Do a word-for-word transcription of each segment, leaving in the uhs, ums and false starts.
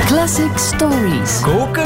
Classic Stories. Koken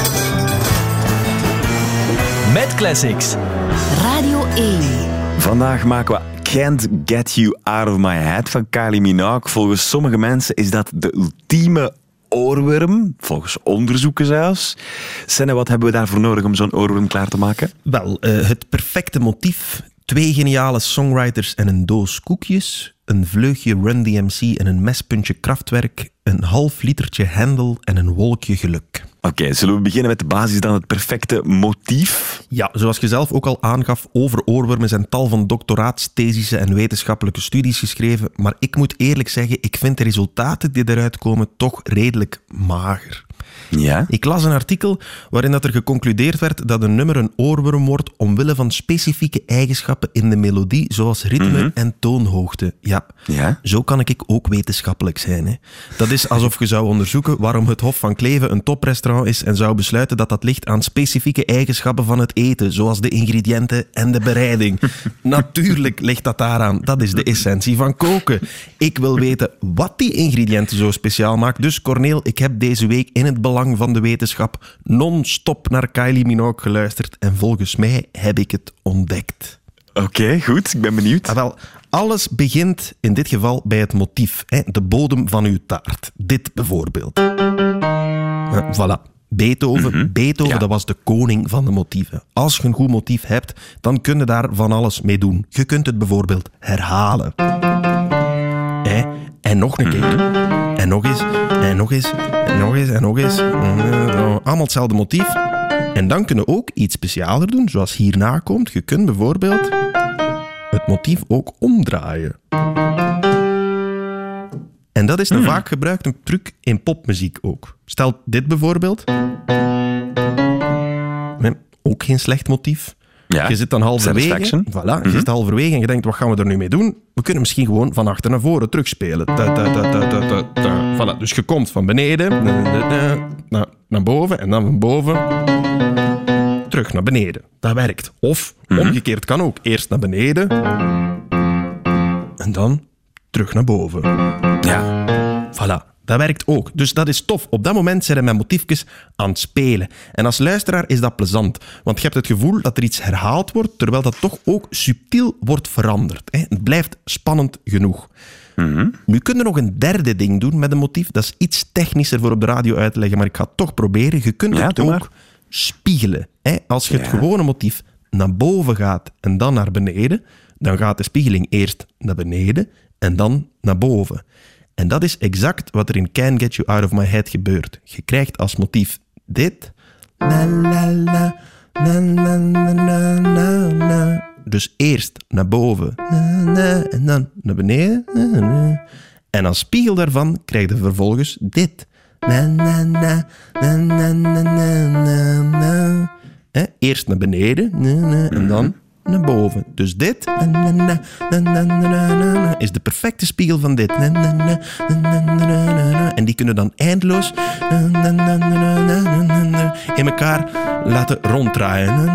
met classics. Radio één. Vandaag maken we Can't Get You Out of My Head van Kylie Minogue. Volgens sommige mensen is dat de ultieme oorworm, volgens onderzoeken zelfs. Senne, wat hebben we daarvoor nodig om zo'n oorworm klaar te maken? Wel, uh, het perfecte motief. Twee geniale songwriters en een doos koekjes. Een vleugje Run D M C en een mespuntje Kraftwerk. Een half litertje Handel en een wolkje geluk. Oké, okay, zullen we beginnen met de basis dan, het perfecte motief? Ja, zoals je zelf ook al aangaf, over oorwormen zijn tal van doctoraatsthesissen en wetenschappelijke studies geschreven, maar ik moet eerlijk zeggen, ik vind de resultaten die eruit komen toch redelijk mager. Ja? Ik las een artikel waarin dat er geconcludeerd werd dat een nummer een oorworm wordt omwille van specifieke eigenschappen in de melodie, zoals ritme mm-hmm. en toonhoogte. Ja, ja, zo kan ik ook wetenschappelijk zijn. Hè. Dat is alsof je zou onderzoeken waarom het Hof van Kleve een toprestaurant is en zou besluiten dat dat ligt aan specifieke eigenschappen van het eten, zoals de ingrediënten en de bereiding. Natuurlijk ligt dat daaraan. Dat is de essentie van koken. Ik wil weten wat die ingrediënten zo speciaal maakt. Dus Corneel, ik heb deze week in het belang van de wetenschap non-stop naar Kylie Minogue geluisterd en volgens mij heb ik het ontdekt. Oké, okay, goed. Ik ben benieuwd. Ah, wel, alles begint in dit geval bij het motief, hè, de bodem van uw taart. Dit bijvoorbeeld. Uh, voilà. Beethoven, mm-hmm. Beethoven ja. dat was de koning van de motieven. Als je een goed motief hebt, dan kun je daar van alles mee doen. Je kunt het bijvoorbeeld herhalen. Hè? En nog een keer. Mm-hmm. En nog eens. En nog eens. En nog eens. En nog eens. Allemaal hetzelfde motief. En dan kun je ook iets specialer doen, zoals hierna komt. Je kunt bijvoorbeeld het motief ook omdraaien. En dat is een hmm. vaak gebruikte truc in popmuziek ook. Stel dit bijvoorbeeld. Ook geen slecht motief. Ja, je zit dan halverwege. Voilà, mm-hmm. je zit halverwege en je denkt, wat gaan we er nu mee doen? We kunnen misschien gewoon van achter naar voren terugspelen. Da, da, da, da, da, da, da. Voilà, dus je komt van beneden da, da, da, naar, naar boven en dan van boven terug naar beneden. Dat werkt. Of mm-hmm. omgekeerd kan ook. Eerst naar beneden en dan terug naar boven. Ja. Voilà. Dat werkt ook. Dus dat is tof. Op dat moment zijn we met motiefjes aan het spelen. En als luisteraar is dat plezant. Want je hebt het gevoel dat er iets herhaald wordt, terwijl dat toch ook subtiel wordt veranderd. Het blijft spannend genoeg. Mm-hmm. Nu kun je nog een derde ding doen met een motief. Dat is iets technischer voor op de radio uit te leggen, maar ik ga het toch proberen. Je kunt ja, het ook maar. spiegelen. Als je ja. het gewone motief naar boven gaat en dan naar beneden, dan gaat de spiegeling eerst naar beneden en dan naar boven. En dat is exact wat er in Can't Get You Out of My Head gebeurt. Je krijgt als motief dit. La, la, la, la, la, la, la, la. Dus eerst naar boven la, la, en dan naar beneden. La, la. En als spiegel daarvan krijg je vervolgens dit. La, la, la, la, la, la, la, la. Eh, eerst naar beneden la, la, en dan naar boven. Dus dit is de perfecte spiegel van dit. En die kunnen dan eindeloos in elkaar laten ronddraaien.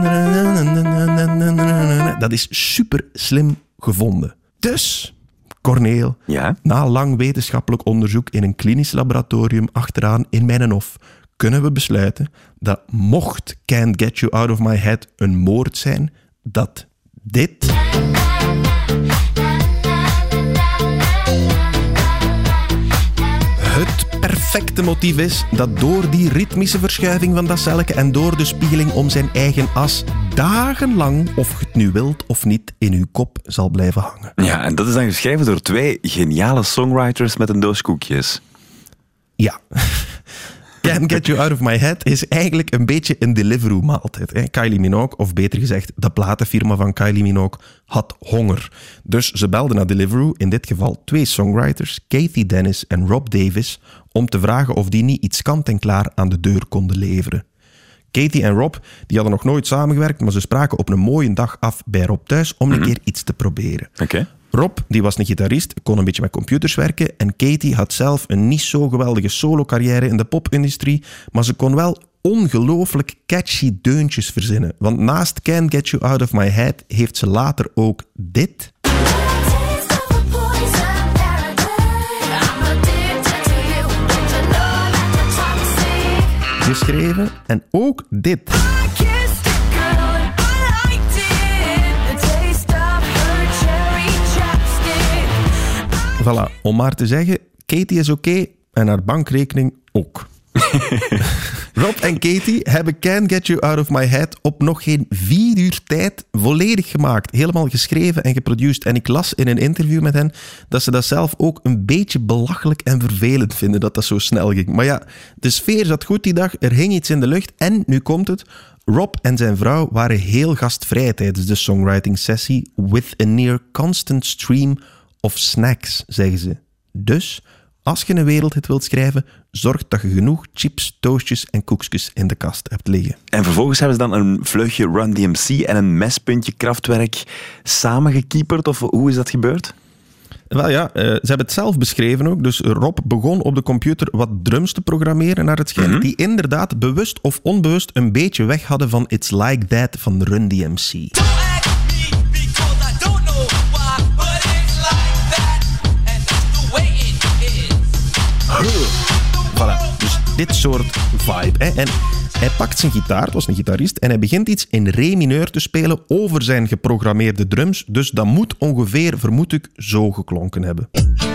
Dat is super slim gevonden. Dus, Corneel, ja? na lang wetenschappelijk onderzoek in een klinisch laboratorium achteraan in mijn hof, kunnen we besluiten dat mocht Can't Get You Out of My Head een moord zijn, dat dit het perfecte motief is dat door die ritmische verschuiving van dat celke en door de spiegeling om zijn eigen as dagenlang, of je het nu wilt of niet, in uw kop zal blijven hangen. Ja, en dat is dan geschreven door twee geniale songwriters met een doos koekjes. Ja. Can't Get You Out of My Head is eigenlijk een beetje een Deliveroo-maaltijd. Hè. Kylie Minogue, of beter gezegd, de platenfirma van Kylie Minogue, had honger. Dus ze belden naar Deliveroo, in dit geval twee songwriters, Cathy Dennis en Rob Davis, om te vragen of die niet iets kant-en-klaar aan de deur konden leveren. Cathy en Rob die hadden nog nooit samengewerkt, maar ze spraken op een mooie dag af bij Rob thuis om mm-hmm. een keer iets te proberen. Okay. Rob die was een gitarist, kon een beetje met computers werken en Cathy had zelf een niet zo geweldige solo-carrière in de popindustrie, maar ze kon wel ongelooflijk catchy deuntjes verzinnen. Want naast Can't Get You Out of My Head heeft ze later ook dit. geschreven. En ook dit. Voilà, om maar te zeggen, Katie is oké okay, en haar bankrekening ook. Rob en Katie hebben Can't Get You Out of My Head op nog geen vier uur tijd volledig gemaakt. Helemaal geschreven en geproduceerd. En ik las in een interview met hen dat ze dat zelf ook een beetje belachelijk en vervelend vinden dat dat zo snel ging. Maar ja, de sfeer zat goed die dag, er hing iets in de lucht en nu komt het. Rob en zijn vrouw waren heel gastvrij tijdens de songwriting sessie with a near constant stream of snacks, zeggen ze. Dus, als je een wereldhit wilt schrijven, zorg dat je genoeg chips, toastjes en koekjes in de kast hebt liggen. En vervolgens hebben ze dan een vleugje Run D M C en een mespuntje Kraftwerk samengekieperd, of hoe is dat gebeurd? Wel ja, uh, ze hebben het zelf beschreven ook. Dus Rob begon op de computer wat drums te programmeren, naar het schijnt, mm-hmm. die inderdaad bewust of onbewust een beetje weg hadden van It's Like That van Run D M C. Voilà, dus dit soort vibe. Hè. En hij pakt zijn gitaar, het was een gitarist, en hij begint iets in re mineur te spelen over zijn geprogrammeerde drums. Dus dat moet ongeveer, vermoed ik, zo geklonken hebben.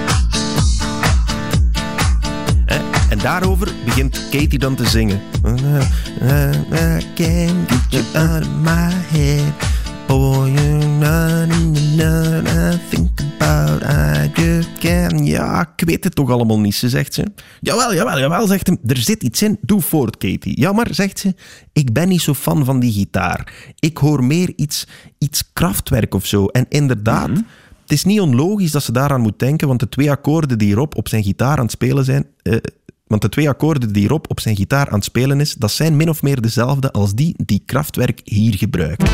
En daarover begint Katie dan te zingen. I can't get you out of my head. Oh, you're not in the night I think about, I just can't. Ja, ik weet het toch allemaal niet, ze zegt ze. Jawel, jawel, jawel, zegt hem. Er zit iets in, doe voort, Katie. Ja, maar, zegt ze, ik ben niet zo fan van die gitaar. Ik hoor meer iets, iets Kraftwerk of zo. En inderdaad, mm-hmm. het is niet onlogisch dat ze daaraan moet denken, want de twee akkoorden die Rob op zijn gitaar aan het spelen zijn... Uh, Want de twee akkoorden die Rob op zijn gitaar aan het spelen is, dat zijn min of meer dezelfde als die die Kraftwerk hier gebruiken.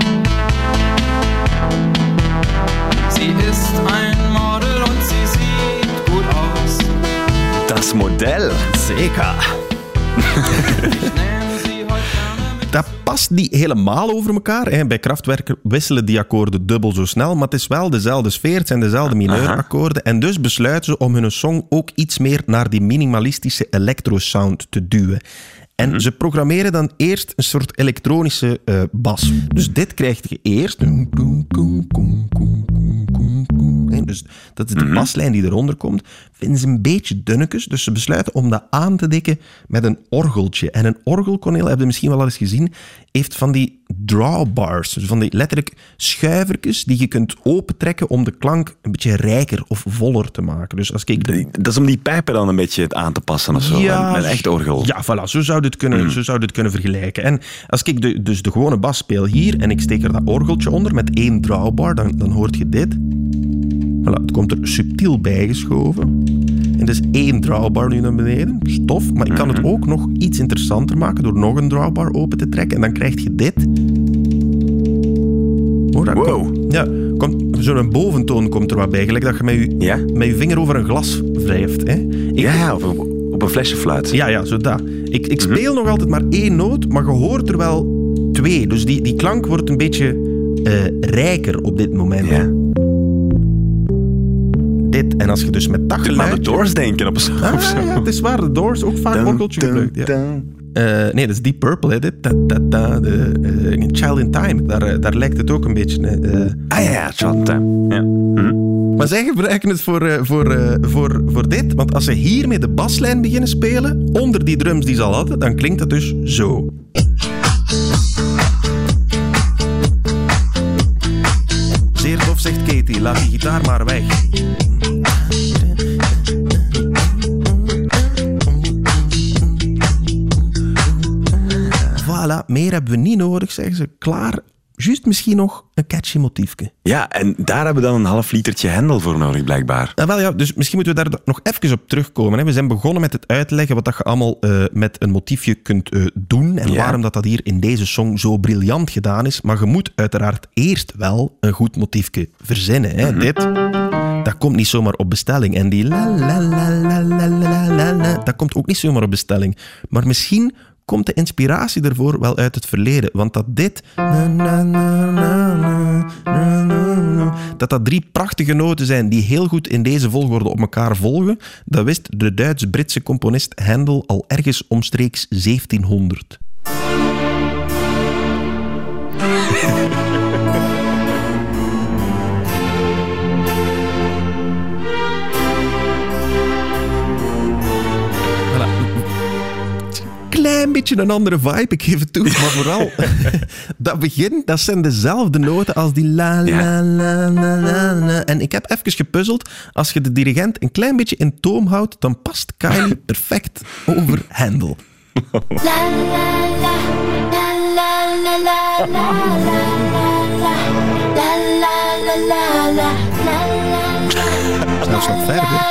Sie ist ein Model und sie sieht gut aus. Das Modell. Zeker. Dat past niet helemaal over elkaar. Hè. Bij Kraftwerk wisselen die akkoorden dubbel zo snel, maar het is wel dezelfde sfeer, het zijn dezelfde mineurakkoorden. En dus besluiten ze om hun song ook iets meer naar die minimalistische electro-sound te duwen. En mm-hmm. ze programmeren dan eerst een soort elektronische uh, bas. Dus dit krijg je eerst. Dus dat is de mm-hmm. baslijn die eronder komt. Vinden ze een beetje dunnetjes, dus ze besluiten om dat aan te dikken met een orgeltje. En een orgel, Cornel, heb je misschien wel al eens gezien, heeft van die drawbars, dus van die letterlijk schuivertjes die je kunt opentrekken om de klank een beetje rijker of voller te maken. Dus als ik de... Dat is om die pijpen dan een beetje aan te passen of zo, ja, met een echt orgel. Ja, voilà, zo zou je het kunnen, mm. zo zou je het kunnen vergelijken. En als ik de, dus de gewone bas speel hier en ik steek er dat orgeltje onder met één drawbar, dan, dan hoort je dit. Voilà, het komt er subtiel bijgeschoven. En dus één drawbar nu naar beneden, stof. Maar ik kan het ook nog iets interessanter maken door nog een drawbar open te trekken. En dan krijg je dit. Hoor, dat wow. komt, ja, komt, zo'n boventoon komt er wat bij. Gelijk dat je met je, ja? met je vinger over een glas wrijft. Hè. Ik, ja, ja, op een, op een flesjefluit. Ja, ja, zo dat. Ik, ik speel mm-hmm. nog altijd maar één noot, maar je hoort er wel twee. Dus die, die klank wordt een beetje uh, rijker op dit moment. Ja. Dit. En als je dus met dat geluid... aan de Doors denken op een ah, ja, het is waar, de Doors ook vaak orgeltje gebruikt. Ja. Uh, nee, dat is Deep Purple, hè. Dit, da, da, da, de, uh, Child in Time, daar, uh, daar lijkt het ook een beetje... Uh, ah ja, ja, Child in Time. Ja. Mm-hmm. Maar zij gebruiken het voor, uh, voor, uh, voor, voor dit, want als ze hiermee de baslijn beginnen spelen, onder die drums die ze al hadden, dan klinkt dat dus zo. Zeer tof, zegt Katie, laat die gitaar maar weg. Voilà, meer hebben we niet nodig, zeggen ze. Klaar, juist misschien nog een catchy motiefje. Ja, en daar hebben we dan een half litertje Hendel voor nodig, blijkbaar. Nou, wel ja, dus misschien moeten we daar nog even op terugkomen. Hè. We zijn begonnen met het uitleggen wat dat je allemaal uh, met een motiefje kunt uh, doen en ja. waarom dat, dat hier in deze song zo briljant gedaan is. Maar je moet uiteraard eerst wel een goed motiefje verzinnen. Hè. Mm-hmm. Dit, dat komt niet zomaar op bestelling. En die la la la la la la la, dat komt ook niet zomaar op bestelling. Maar misschien komt de inspiratie ervoor wel uit het verleden. Want dat dit... na, na, na, na, na, na, na, dat dat drie prachtige noten zijn die heel goed in deze volgorde op elkaar volgen, dat wist de Duits-Britse componist Handel al ergens omstreeks zeventienhonderd. Klein beetje een andere vibe, ik geef het toe. Maar vooral, dat begin, dat zijn dezelfde noten als die la la la la la la. En ik heb even gepuzzeld. Als je de dirigent een klein beetje in toom houdt, dan past Kylie perfect over Handel. La la la la la la la la la la la Zelfs nog verder.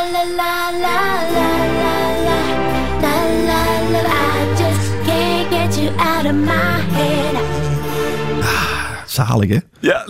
Ah, zalig, hè? Ja.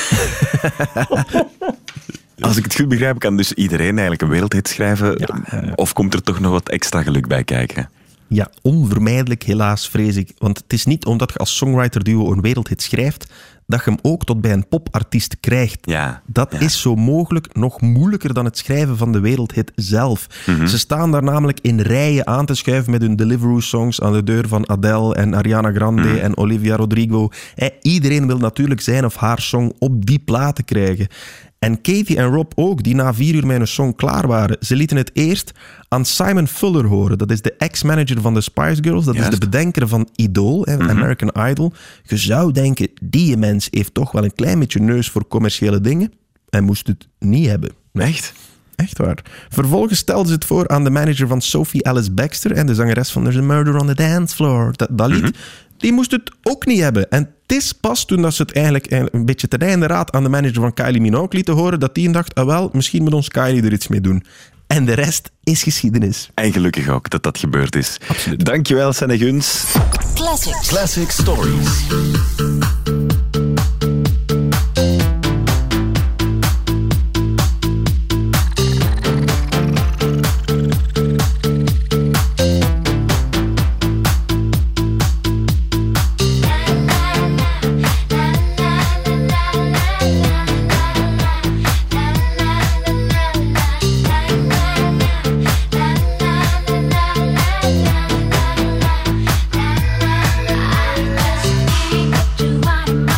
Als ik het goed begrijp, kan dus iedereen eigenlijk een wereldhit schrijven. Ja, ja, ja. Of komt er toch nog wat extra geluk bij kijken? Ja, onvermijdelijk, helaas, vrees ik. Want het is niet omdat je als songwriter-duo een wereldhit schrijft, dat je hem ook tot bij een popartiest krijgt. Ja, dat ja. is zo mogelijk nog moeilijker dan het schrijven van de wereldhit zelf. Mm-hmm. Ze staan daar namelijk in rijen aan te schuiven met hun Deliveroo-songs aan de deur van Adele en Ariana Grande Mm. en Olivia Rodrigo. Eh, iedereen wil natuurlijk zijn of haar song op die platen krijgen. En Katie en Rob ook, die na vier uur met hun song klaar waren. Ze lieten het eerst aan Simon Fuller horen. Dat is de ex-manager van de Spice Girls. Dat Juist. is de bedenker van Idol, hè, Mm-hmm. American Idol. Je zou denken, die mens heeft toch wel een klein beetje neus voor commerciële dingen. En moest het niet hebben. Echt? Echt waar. Vervolgens stelden ze het voor aan de manager van Sophie Alice Baxter en de zangeres van There's a Murder on the Dance Floor. Dat, dat lied, Mm-hmm. die moest het ook niet hebben. En het is pas toen dat ze het eigenlijk een beetje ten einde raad aan de manager van Kylie Minogue lieten horen, dat die dacht, ah wel, misschien moet ons Kylie er iets mee doen. En de rest is geschiedenis. En gelukkig ook dat dat gebeurd is. Absoluut. Dankjewel, Sanne Guns. Classics. Classic Stories. I just can't get you out of my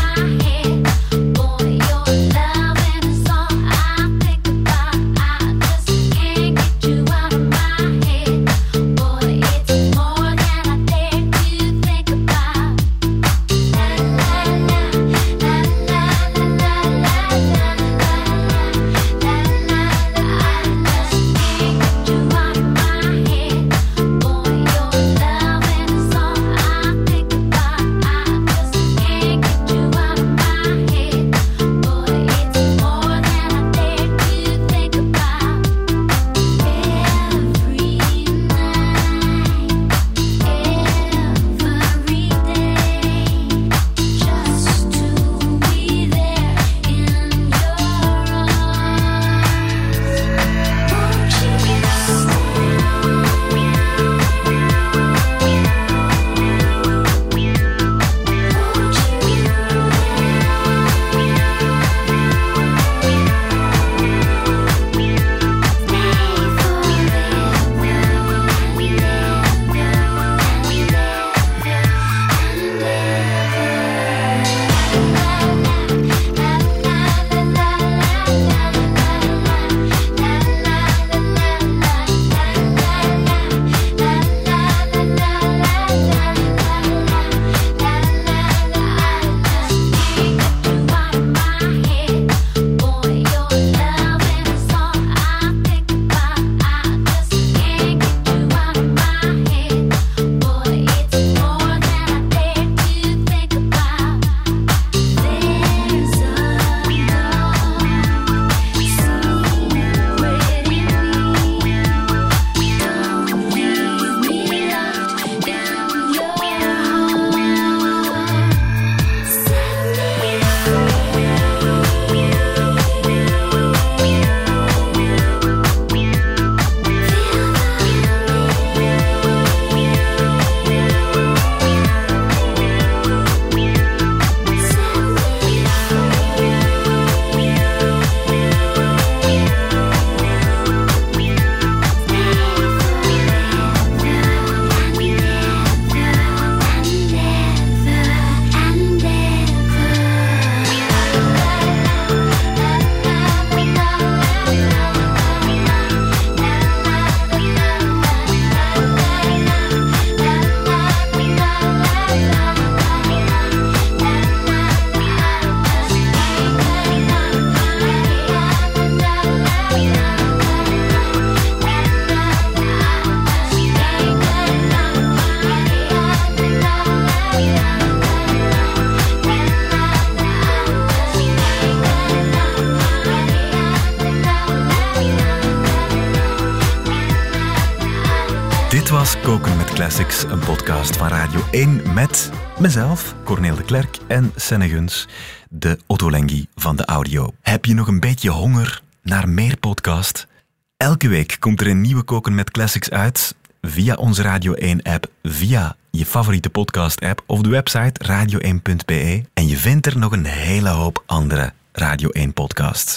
Koken met Classics, een podcast van Radio één met mezelf, Corneel de Klerk en Senne Guns, de Ottolenghi van de audio. Heb je nog een beetje honger naar meer podcast? Elke week komt er een nieuwe Koken met Classics uit via onze Radio één-app, via je favoriete podcast-app of de website radio één punt be en je vindt er nog een hele hoop andere Radio één podcasts.